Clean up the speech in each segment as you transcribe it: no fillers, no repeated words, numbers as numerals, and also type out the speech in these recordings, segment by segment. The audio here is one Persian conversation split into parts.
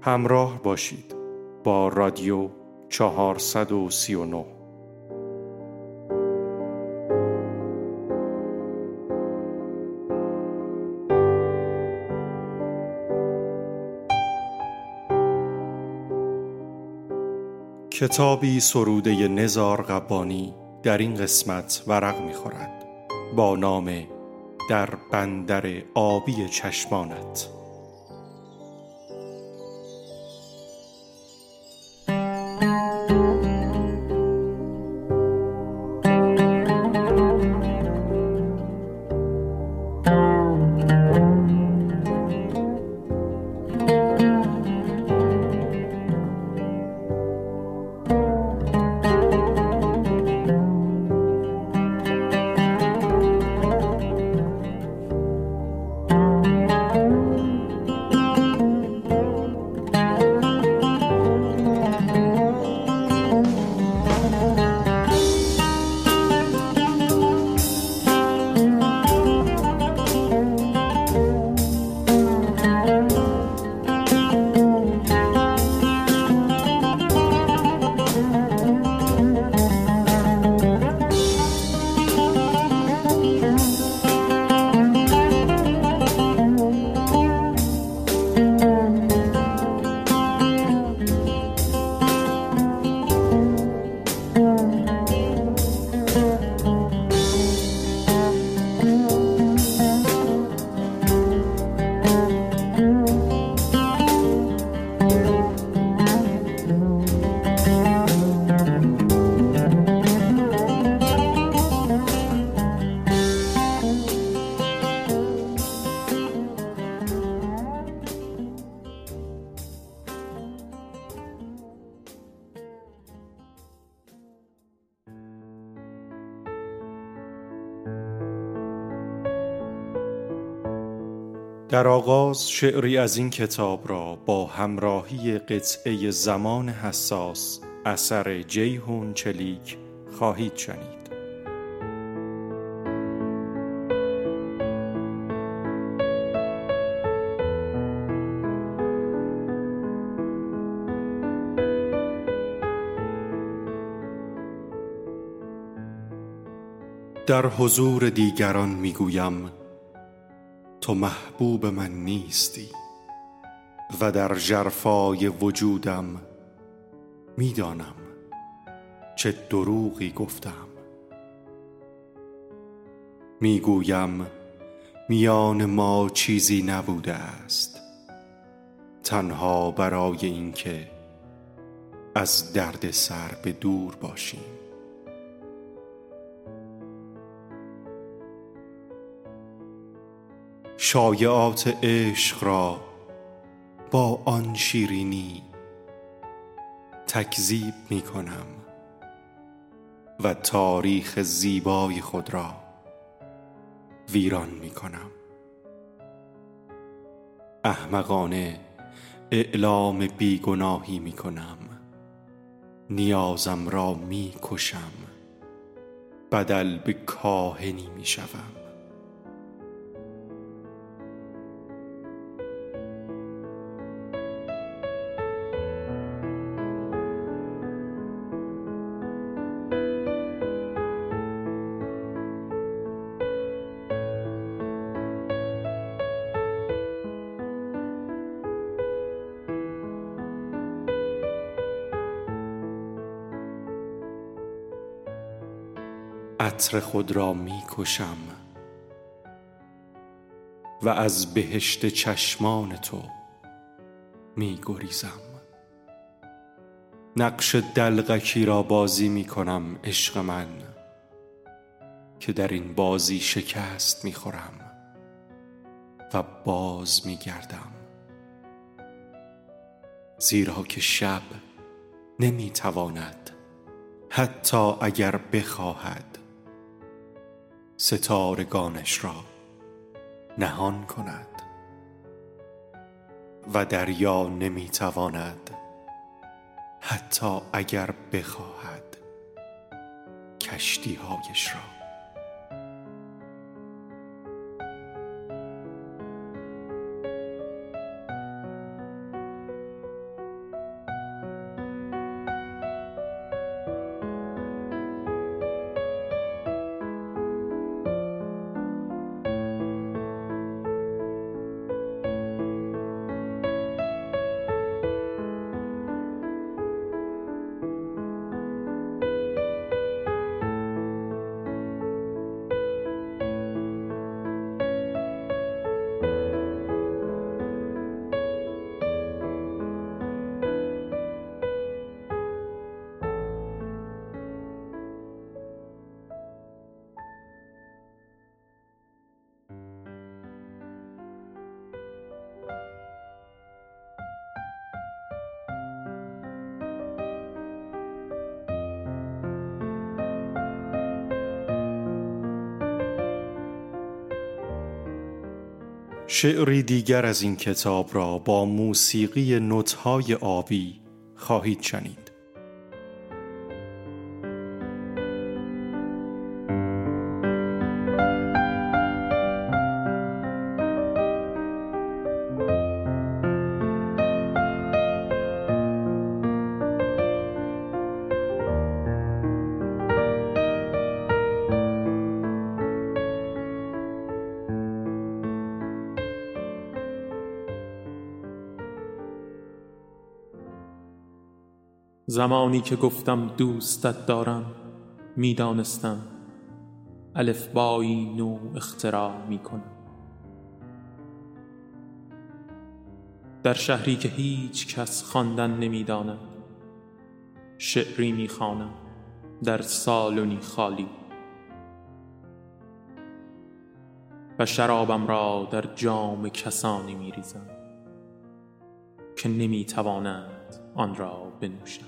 همراه باشید با رادیو 439. کتابی سروده نزار قبانی در این قسمت ورق می‌خورد با نام در بندر آبی چشمانت. در آغاز شعری از این کتاب را با همراهی قطعه زمان حساس اثر جیهون چلیک خواهید شنید. در حضور دیگران میگویم تو محبوب من نیستی و در ژرفای وجودم میدانم چه دروغی گفتم. میگویم میان ما چیزی نبوده است، تنها برای اینکه از درد سر به دور باشیم. شایعات عشق را با آن شیرینی تکذیب می کنم و تاریخ زیبای خود را ویران می کنم. احمقانه اعلام بیگناهی می کنم، نیازم را می کشم، بدل به کاهنی می شوم. عطر خود را می کشم و از بهشت چشمان تو می گریزم. نقش دلقکی را بازی می کنم عشق من، که در این بازی شکست می خورم و باز می گردم، زیرا که شب نمی تواند حتی اگر بخواهد ستارگانش را نهان کند و دریا نمیتواند حتی اگر بخواهد کشتی‌هایش را. شعری دیگر از این کتاب را با موسیقی نوت‌های آبی خواهید شنید. زمانی که گفتم دوستت دارم میدانستم الفبایی نو اختراع میکنم. در شهری که هیچ کس خواندن نمیداند شعری میخوانم در سالنی خالی و شرابم را در جام کسانی میریزم که نمیتوانند آن را بنوشند.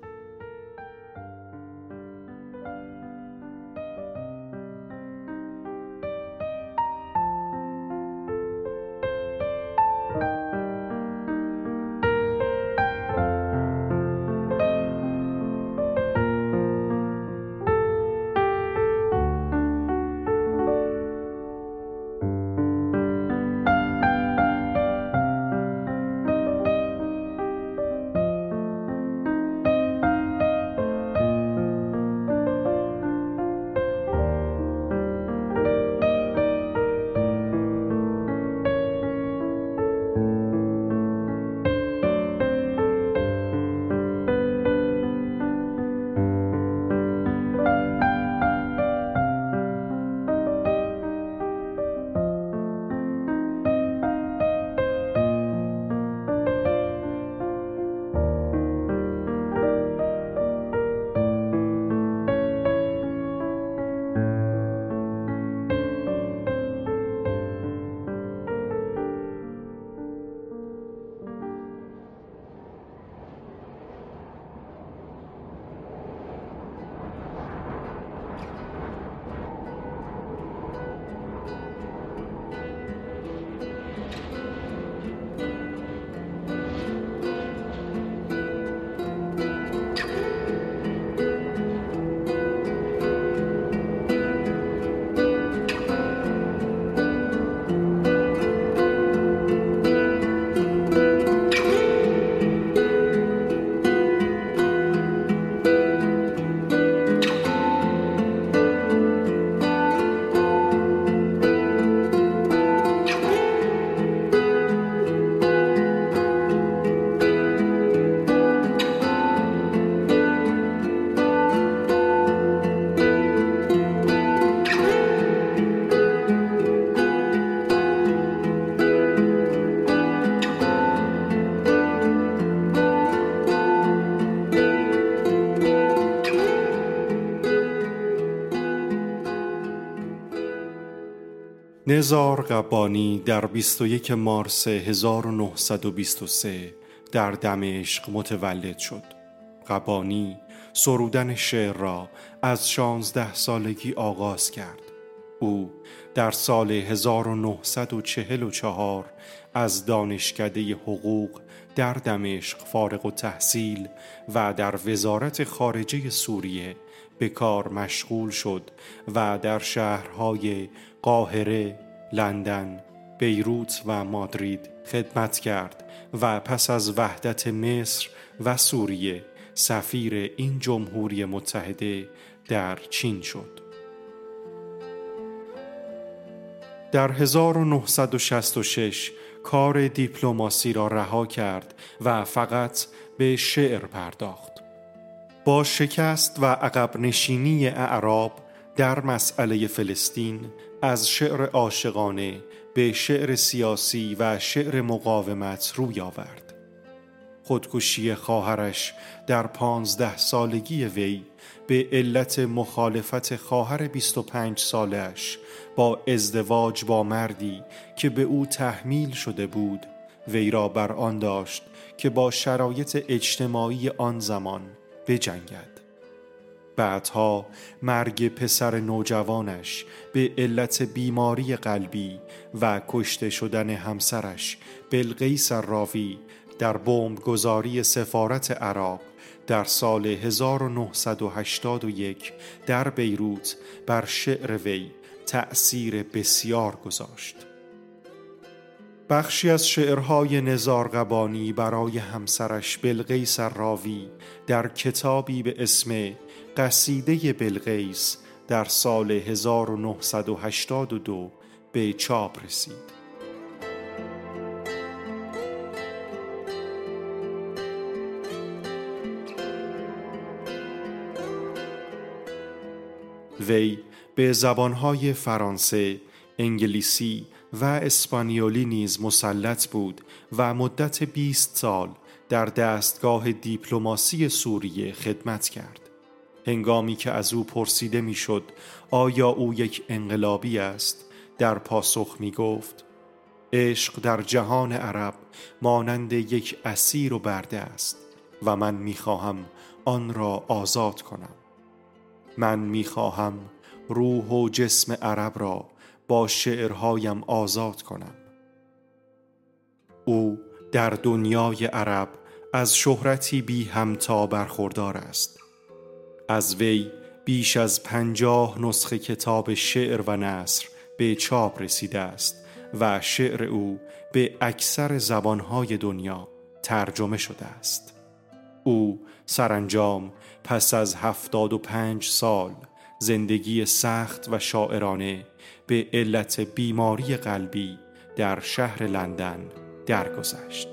نزار قبانی در 21 مارس 1923 در دمشق متولد شد. قبانی سرودن شعر را از 16 سالگی آغاز کرد. او در سال 1944 از دانشکده حقوق در دمشق فارغ التحصیل و در وزارت خارجه سوریه به کار مشغول شد و در شهرهای قاهره، لندن، بیروت و مادرید خدمت کرد و پس از وحدت مصر و سوریه سفیر این جمهوری متحده در چین شد. در 1966 کار دیپلماسی را رها کرد و فقط به شعر پرداخت. با شکست و عقب نشینی اعراب در مسئله فلسطین از شعر عاشقانه به شعر سیاسی و شعر مقاومت روی آورد. خودکشی خواهرش در 15 سالگی وی به علت مخالفت خواهر 25 سالش با ازدواج با مردی که به او تحمیل شده بود وی را بر آن داشت که با شرایط اجتماعی آن زمان بجنگد. بعدها مرگ پسر نوجوانش به علت بیماری قلبی و کشته شدن همسرش بلقیس الراوی در بمبگذاری سفارت عراق در سال 1981 در بیروت بر شعر وی تأثیر بسیار گذاشت. بخشی از شعرهای نزار قبانی برای همسرش بلقیس الراوی در کتابی به اسم قصیده بلقیس در سال 1982 به چاپ رسید. وی به زبانهای فرانسه، انگلیسی و اسپانیولی نیز مسلط بود و مدت 20 سال در دستگاه دیپلماسی سوریه خدمت کرد. هنگامی که از او پرسیده میشد آیا او یک انقلابی است، در پاسخ می گفت عشق در جهان عرب مانند یک اسیر و برده است و من می خواهم آن را آزاد کنم. من می خواهم روح و جسم عرب را با شعرهایم آزاد کنم. او در دنیای عرب از شهرتی بی همتا برخوردار است. از وی بیش از 50 نسخه کتاب شعر و نثر به چاپ رسیده است و شعر او به اکثر زبانهای دنیا ترجمه شده است. او سرانجام پس از 75 سال زندگی سخت و شاعرانه به علت بیماری قلبی در شهر لندن درگذشت.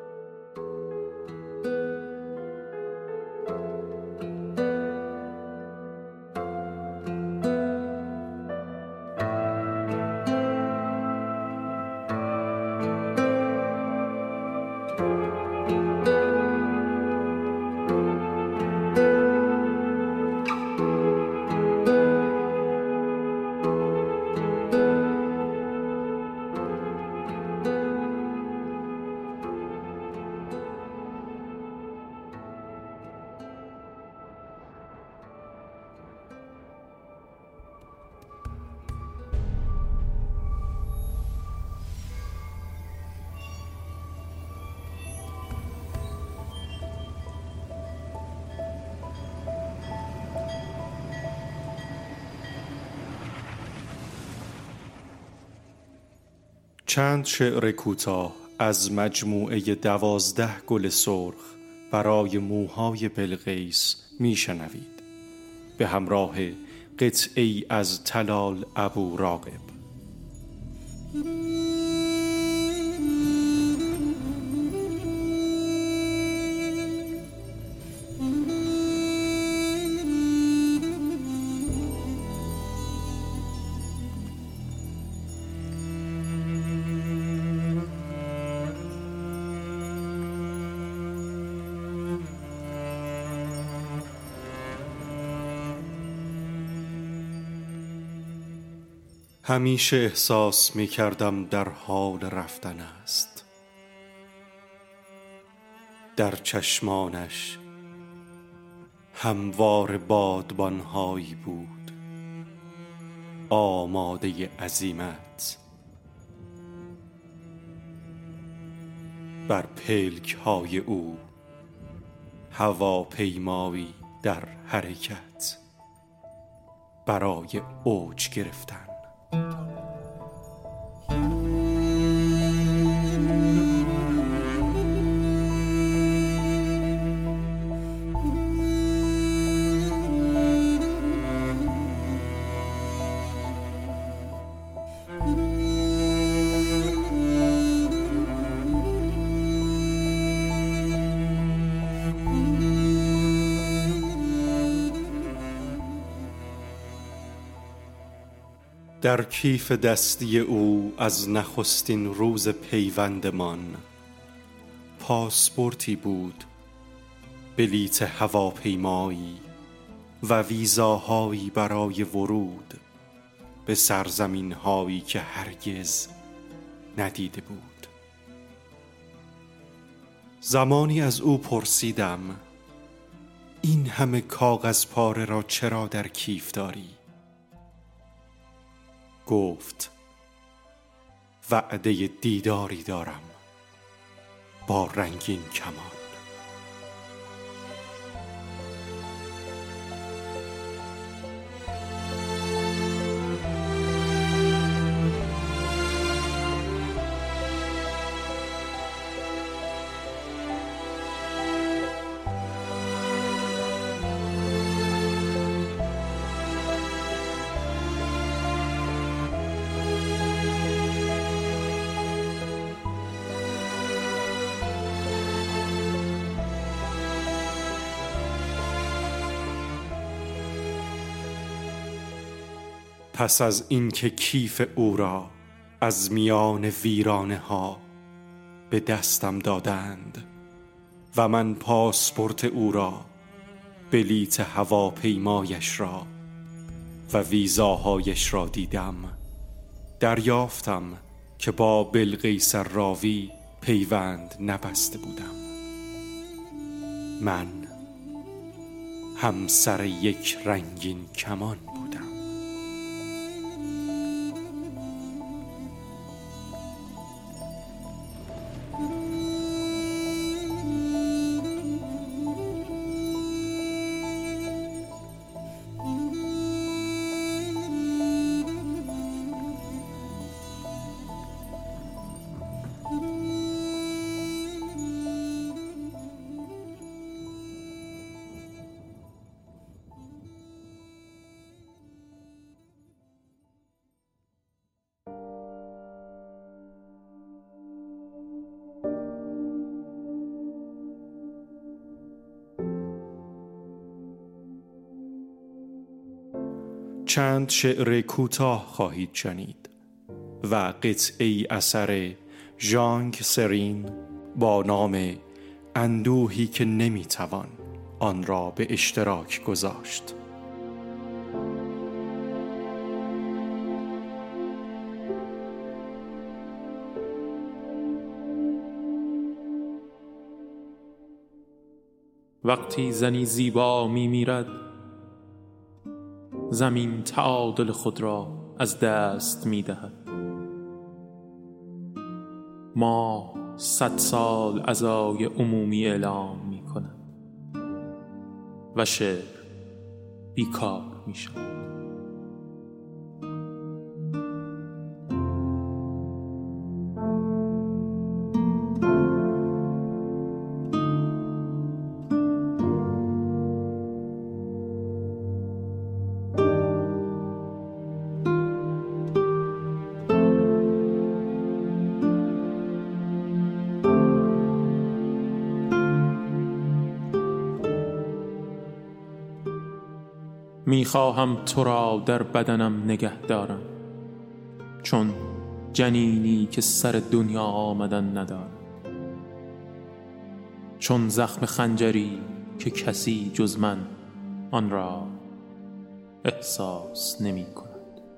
چند شعر کوتاه از مجموعه 12 گل سرخ برای موهای بلقیس میشنوید به همراه قطعی از طلال ابو راغب. همیشه احساس می کردم در حال رفتن است. در چشمانش هموار بادبانهایی بود، آماده عزیمت. بر پلک‌های او هواپیمایی در حرکت برای اوج گرفتن. در کیف دستی او از نخستین روز پیوندمان پاسپورتی بود، بلیت هواپیمایی و ویزاهایی برای ورود به سرزمین هایی که هرگز ندیده بود. زمانی از او پرسیدم این همه کاغذ پاره را چرا در کیف داری؟ گفت وعده دیداری دارم با رنگین کمان. پس از اینکه کیف او را از میان ویرانه ها به دستم دادند و من پاسپورت او را، بلیط هواپیمایش را و ویزاهایش را دیدم، دریافتم که با بلقیس راوی پیوند نبسته بودم. من همسر یک رنگین کمان بودم. چند شعر کوتاه خواهید شنید و قطعه‌ای اثر ژانگ سرین با نام اندوهی که نمیتوان آن را به اشتراک گذاشت. وقتی زنی زیبا میمیرد، زمین تعادل خود را از دست می‌دهد. ما 100 سال عزای عمومی اعلام می‌کند و شعر بیکار می‌شود. میخواهم تو را در بدنم نگه دارم، چون جنینی که سر دنیا آمدن ندارد، چون زخم خنجری که کسی جز من آن را احساس نمی کند.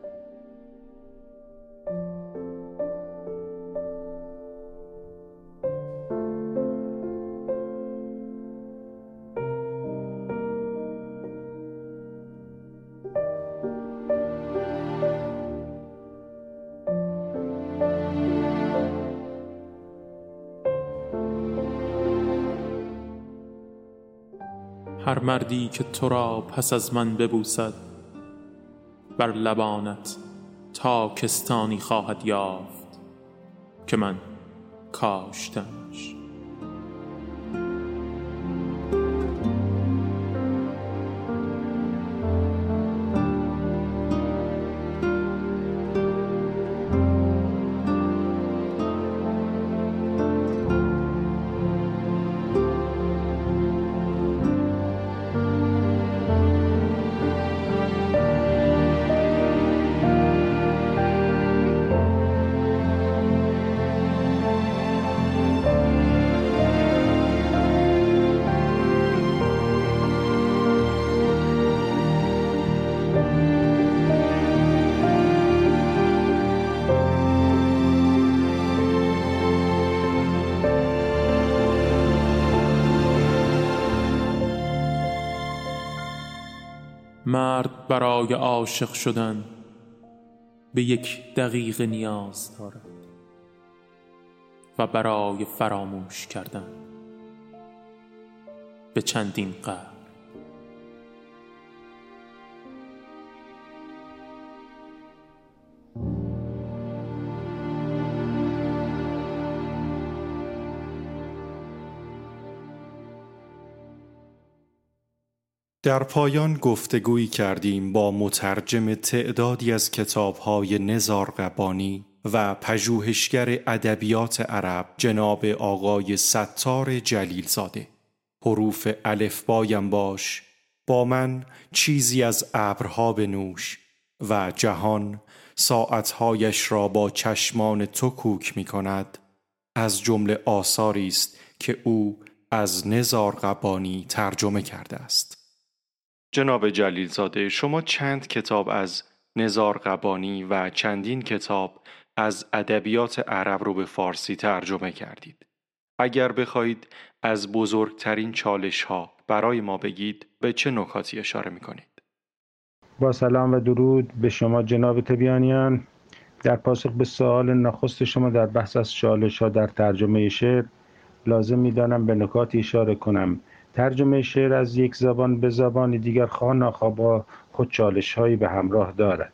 هر مردی که تو را پس از من ببوسد، بر لبانت تاکستانی خواهد یافت که من کاشتمش. مرد برای عاشق شدن به 1 دقیقه نیاز دارد و برای فراموش کردن به چندین قرن. در پایان گفتگویی کردیم با مترجم تعدادی از کتاب‌های نزار قبانی و پژوهشگر ادبیات عرب جناب آقای ستار جلیلزاده. حروف الفبایم باش، با من چیزی از ابرها بنوش و جهان ساعتهایش را با چشمان تو کوک می کند، از جمله آثاری است که او از نزار قبانی ترجمه کرده است. جناب جلیلزاده، شما چند کتاب از نزار قبانی و چندین کتاب از ادبیات عرب رو به فارسی ترجمه کردید. اگر بخواهید از بزرگترین چالش ها برای ما بگید، به چه نکاتی اشاره میکنید؟ با سلام و درود به شما جناب تبیانیان. در پاسخ به سوال نخست شما در بحث از چالش ها در ترجمه شعر، لازم می‌دانم به نکاتی اشاره کنم. ترجمه شعر از یک زبان به زبان دیگر خواه ناخواه با خود چالش هایی به همراه دارد.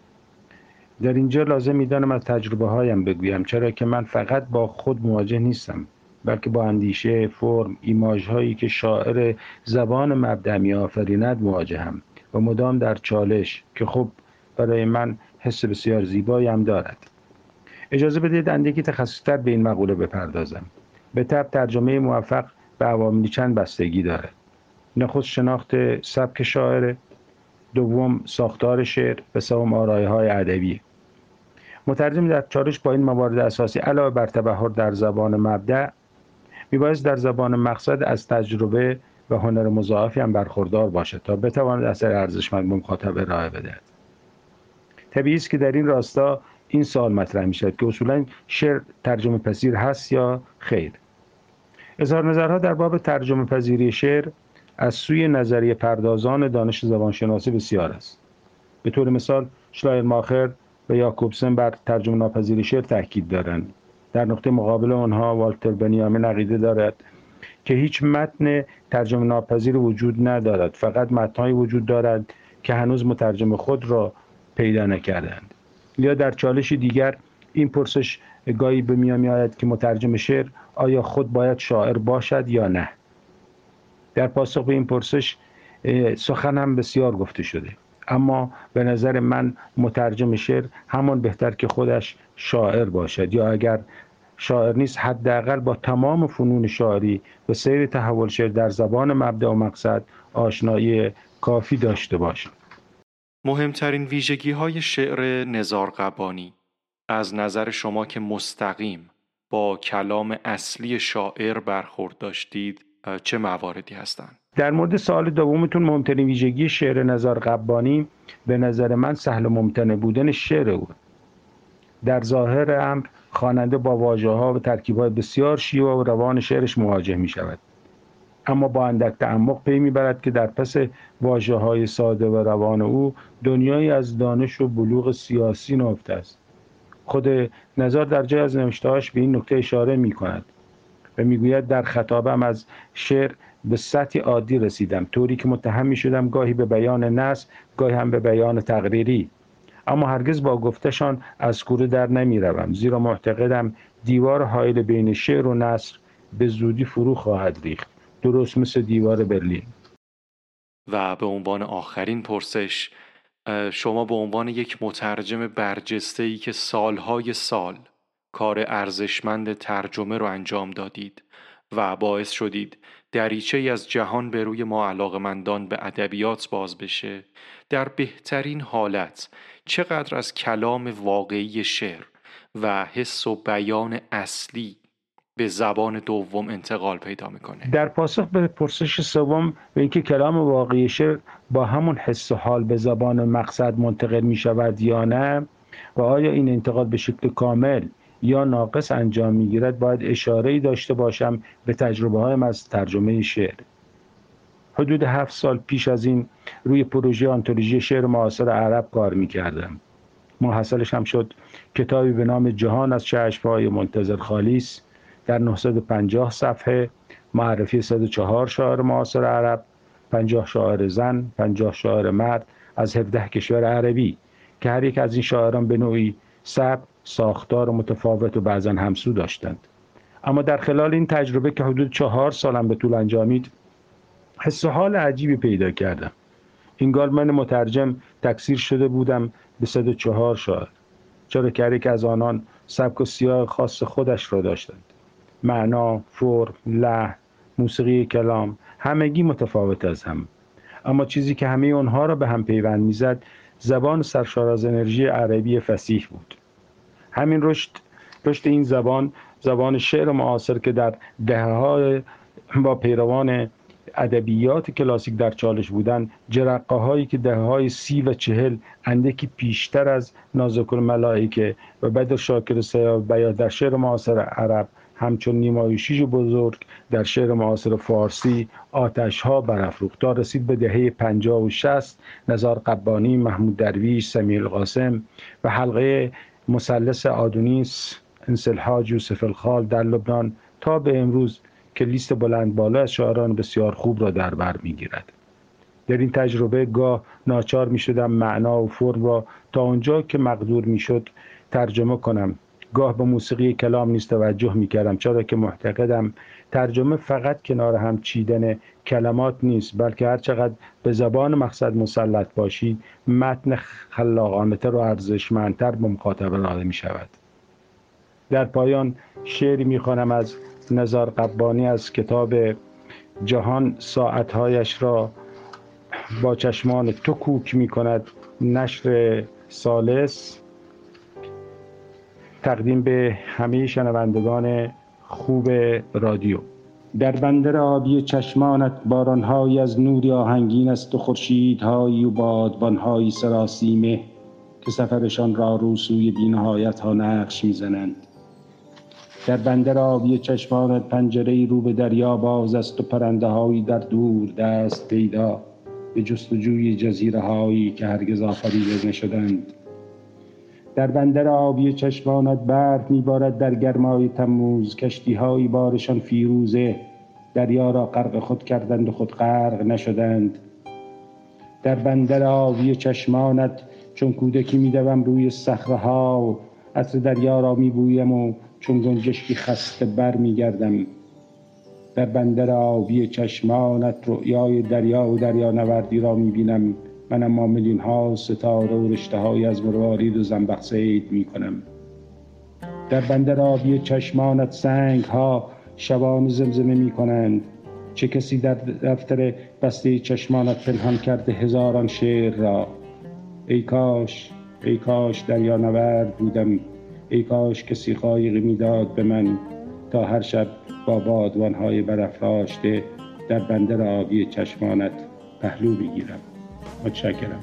در اینجا لازم می‌دانم از تجربه هایم بگویم، چرا که من فقط با خود مواجه نیستم، بلکه با اندیشه، فرم، ایماژ هایی که شاعر زبان مبدأ می‌آفریند مواجهم و مدام در چالش، که خب برای من حس بسیار زیبایی هم دارد. اجازه بدید اندکی تخصص‌تر به این مقوله بپردازم. به طبع ترجمه موفق به عواملی چند بستگی دارد. نخست شناخت سبک شاعر، دوم ساختار شعر و سوم آرایه‌های ادبی. مترجم در چالش با این موارد اساسی علاوه بر تبحر در زبان مبدأ، میبایست در زبان مقصد از تجربه و هنر مضاعفی هم برخوردار باشد تا بتواند اثر ارزشمند به مخاطب ارائه بدهد. طبیعی است که در این راستا این سوال مطرح میشد که اصولا شعر ترجمه پذیر هست یا خیر. اظهار نظرها در باب ترجمه پذیری شعر از سوی نظریه پردازان دانش زبانشناسی بسیار است. به طور مثال شلایرماخر و یاکوبسن بر ترجمه ناپذیری شعر تاکید دارند. در نقطه مقابل آنها والتر بنیامین عقیده دارد که هیچ متن ترجمه ناپذیر وجود ندارد، فقط متن‌هایی وجود دارد که هنوز مترجم خود را پیدا نکردند. یا در چالش دیگر این پرسش گاهی به میان می‌آید که مترجم شعر آیا خود باید شاعر باشد یا نه؟ در پاسخ به این پرسش سخن هم بسیار گفته شده، اما به نظر من مترجم شعر همان بهتر که خودش شاعر باشد، یا اگر شاعر نیست حداقل با تمام فنون شاعری و سیر تحول شعر در زبان مبدأ و مقصد آشنایی کافی داشته باشد. مهمترین ویژگی‌های شعر نزار قبانی از نظر شما که مستقیم با کلام اصلی شاعر برخورد داشتید چه مواردی هستند؟ در مورد سوال دومتون، مهمترین ویژگی شعر نزار قبانی به نظر من سهل و ممتنع بودن شعر او. در ظاهر امر خواننده با واژه‌ها و ترکیب‌های بسیار شیوا و روان شعرش مواجه می‌شود، اما با اندک تعمق پی می‌برد که در پس واژه‌های ساده و روان او دنیایی از دانش و بلوغ سیاسی نهفته است. خود نزار در جای از نوشته‌هاش به این نکته اشاره می‌کند و می‌گوید در خطابم از شعر به سطحی عادی رسیدم، طوری که متهم می‌شدم گاهی به بیان نثر، گاهی هم به بیان تقریری، اما هرگز با گفتشان از کوره در نمی‌روم، زیرا معتقدم دیوار حائل بین شعر و نثر به زودی فرو خواهد ریخت، درست مثل دیوار برلین. و به عنوان آخرین پرسش، شما به عنوان یک مترجم برجسته‌ای که سالهای سال کار ارزشمند ترجمه رو انجام دادید و باعث شدید دریچه‌ای از جهان به روی ما علاقه‌مندان به ادبیات باز بشه، در بهترین حالت چقدر از کلام واقعی شعر و حس و بیان اصلی به زبان دوم انتقال پیدا میکنه؟ در پاسخ به پرسش سوم به اینکه کلام واقعی شعر با همون حس و حال به زبان مقصد منتقل می شود یا نه و آیا این انتقال به شکل کامل یا ناقص انجام می گیرد، باید اشاره‌ای داشته باشم به تجربه هایم از ترجمه شعر. حدود 7 سال پیش از این روی پروژه آنتولوژی شعر معاصر عرب کار می‌کردم. محصلش هم شد کتابی به نام جهان از چشم‌های منتظر خالیس در 950 صفحه، معرفی 104 شاعر معاصر عرب، 50 شاعر زن، 50 شاعر مرد از 17 کشور عربی که هر یک از این شاعران به نوعی سبک، ساختار متفاوت و بعضا همسو داشتند. اما در خلال این تجربه که حدود 4 سالم به طول انجامید، حس و حال عجیبی پیدا کردم. انگار من مترجم تکثیر شده بودم به 104 شاعر، چرا که هر یک از آنان سبک و سیاق خاص خودش را داشتند. معنا، فرم، لحن، موسیقی کلام همگی متفاوت از هم. اما چیزی که همه آنها را به هم پیوند می‌زد، زبان سرشار از انرژی عربی فصیح بود. همین رشد این زبان شعر معاصر که در دهه‌های با پیروان ادبیات کلاسیک در چالش بودند، جرقه‌هایی که دهه‌های 30 و 40 اندکی پیشتر از نازک الملائکه و بدر شاکر سیاه‌بیا در شعر معاصر عرب همچون نیمایشی بزرگ در شعر معاصر فارسی آتش‌ها برافروخت تا رسید به دهه 50 و 60 نزار قبانی، محمود درویش، سمیع القاسم و حلقه مثلث آدونیس، انسلحاج، یوسف الخال در لبنان تا به امروز که لیست بلند بالا از شاعران بسیار خوب را در بر می‌گیرد. در این تجربه گاه ناچار می‌شدم معنا و فرم را تا آنجا که مقدور می‌شد ترجمه کنم. گاه به موسیقی کلام نیز توجه می‌کردم، چرا که معتقدم ترجمه فقط کنار هم چیدن کلمات نیست، بلکه هر چقدر به زبان مقصد مسلط باشی، متن خلاقانه‌تر و ارزشمندتر به مخاطب ارائه می‌شود. در پایان شعری می‌خوانم از نزار قبانی از کتاب جهان ساعتهایش را با چشمان تو کوک می‌کند، نشر ثالث، تقدیم به همه شنوندگان خوب رادیو. در بندر آبی چشمانت باران‌هایی از نوری آهنگین است و خورشیدهایی و بادبان‌هایی سراسیمه که سفرشان را رو سوی بی‌نهایت‌ها نقش می‌زنند. در بندر آبی چشمانت پنجره‌ای رو به دریا باز است و پرنده‌هایی در دور دست پیدا به جستجوی جزیره‌هایی که هرگز آفریده نشدند. در بندر آبی چشمانت برف می‌بارد در گرمای تموز، کشتی‌هایی بارشان فیروزه دریا را غرق خود کردند و خود غرق نشدند. در بندر آبی چشمانت چون کودکی می‌دوم روی صخره‌ها و عطر دریا را می‌بویم و چون گنجشکی خسته بر می‌گردم. در بندر آبی چشمانت رؤیای دریا و دریانوردی را می‌بینم، من اما میلیون‌ها ستاره و رشته‌های از مروارید و زنبق صید می‌کنم. در بندر آبی چشمانت سنگ‌ها شبان زمزمه می‌کنند. چه کسی در دفتر بسته چشمانت پنهان کرده هزاران شعر را. ای کاش دریانورد بودم، ای کاش کسی قایقی میداد به من تا هر شب با بادبان‌های برافراشته در بندر آبی چشمانت پهلو بگیرم. متشکرم.